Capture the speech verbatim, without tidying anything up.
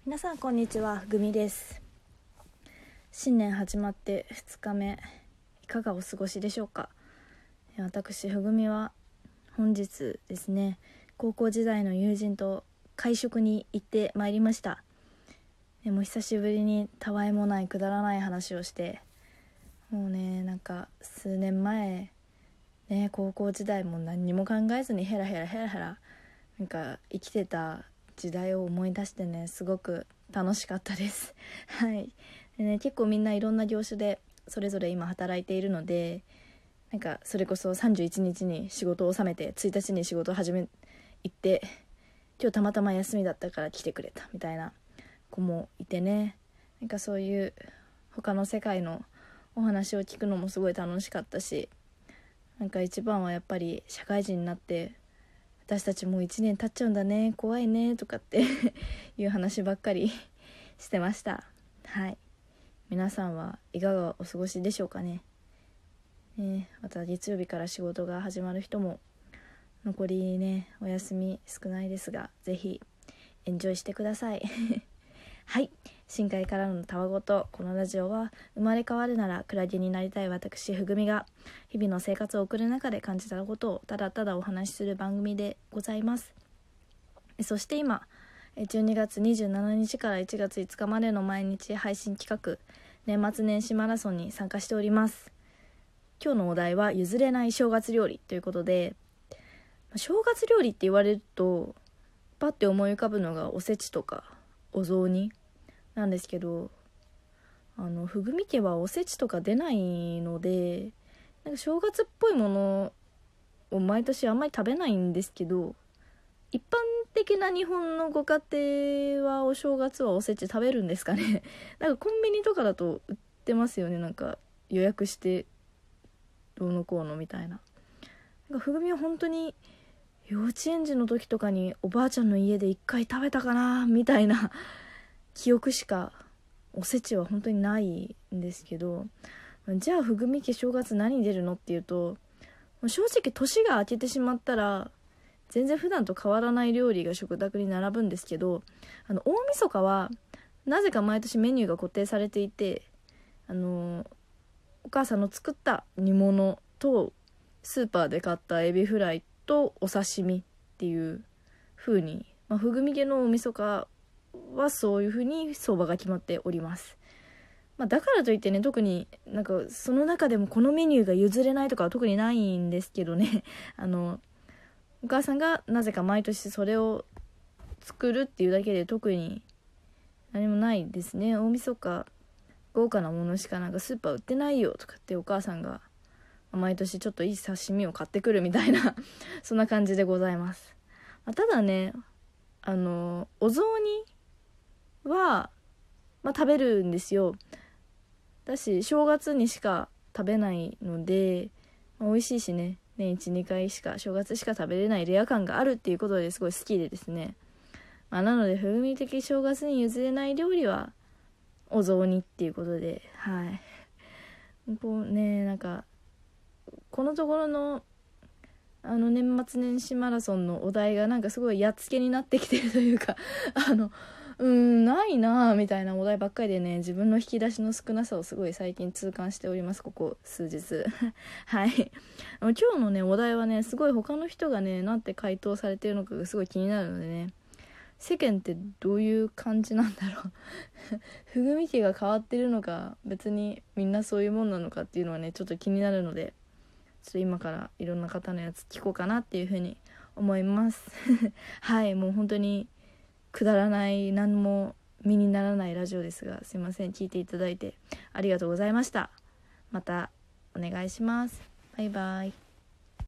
皆さんこんにちは、ふぐみです。新年始まってふつかめ、いかがお過ごしでしょうか。私ふぐみは本日ですね、高校時代の友人と会食に行ってまいりました。でも久しぶりにたわいもないくだらない話をして、もうね、なんか数年前ね、高校時代も何にも考えずにヘラヘラヘラヘラなんか生きてた時代を思い出してね、すごく楽しかったですはいで、ね、結構みんないろんな業種でそれぞれ今働いているので、なんかそれこそさんじゅういちにちに仕事を収めてついたちに仕事を始め行って、今日たまたま休みだったから来てくれたみたいな子もいてね、なんかそういう他の世界のお話を聞くのもすごい楽しかったし、なんか一番はやっぱり社会人になって私たちもういちねん経っちゃうんだね、怖いねとかっていう話ばっかりしてました。はい、皆さんはいかがお過ごしでしょうかね。ね、また月曜日から仕事が始まる人も残りねお休み少ないですが、ぜひエンジョイしてくださいはい、深海からのたわごと。このラジオは生まれ変わるならクラゲになりたい私ふぐみが日々の生活を送る中で感じたことをただただお話しする番組でございます。そして今じゅうにがつにじゅうしちにちからいちがついつかまでの毎日配信企画年末年始マラソンに参加しております。今日のお題は譲れない正月料理ということで、正月料理って言われるとパッて思い浮かぶのがおせちとかお雑煮なんですけど、あのふぐみ家はおせちとか出ないので、なんか正月っぽいものを毎年あんまり食べないんですけど、一般的な日本のご家庭はお正月はおせち食べるんですかねなんかコンビニとかだと売ってますよね、なんか予約してどうのこうのみたいな。なんかふぐみは本当に幼稚園児の時とかにおばあちゃんの家で一回食べたかなみたいな記憶しかおせちは本当にないんですけど、じゃあふぐみ家正月何出るのっていうと、正直年が明けてしまったら全然普段と変わらない料理が食卓に並ぶんですけど、あの大晦日はなぜか毎年メニューが固定されていて、あのお母さんの作った煮物とスーパーで買ったエビフライとお刺身っていう風に、まあ、ふぐみ家の大晦日はそういう風に相場が決まっております。まあ、だからといってね、特になんかその中でもこのメニューが譲れないとかは特にないんですけどねあのお母さんがなぜか毎年それを作るっていうだけで特に何もないですね。大晦日豪華なものしかなんかスーパー売ってないよとかってお母さんが毎年ちょっといい刺身を買ってくるみたいなそんな感じでございます。まあ、ただね、あのお雑煮は、まあ、食べるんですよ。だし正月にしか食べないので、まあ、美味しいしね、年いち、にかいしか正月しか食べれないレア感があるっていうことですごい好きでですね、まあ、なのでふぐみ的正月に譲れない料理はお雑煮っていうことで、はいこうね、なんかこのところのあの年末年始マラソンのお題がなんかすごいやっつけになってきてるというかあのうーんないなみたいなお題ばっかりでね、自分の引き出しの少なさをすごい最近痛感しております、ここ数日はい今日のねお題はね、すごい他の人がねなんて回答されてるのかがすごい気になるのでね、世間ってどういう感じなんだろうふぐみ家が変わってるのか、別にみんなそういうもんなのかっていうのはねちょっと気になるので、ちょっと今からいろんな方のやつ聞こうかなっていうふうに思いますはいもう本当にくだらない何も身にならないラジオですが、すいません、聞いていただいてありがとうございました。またお願いします。バイバイ。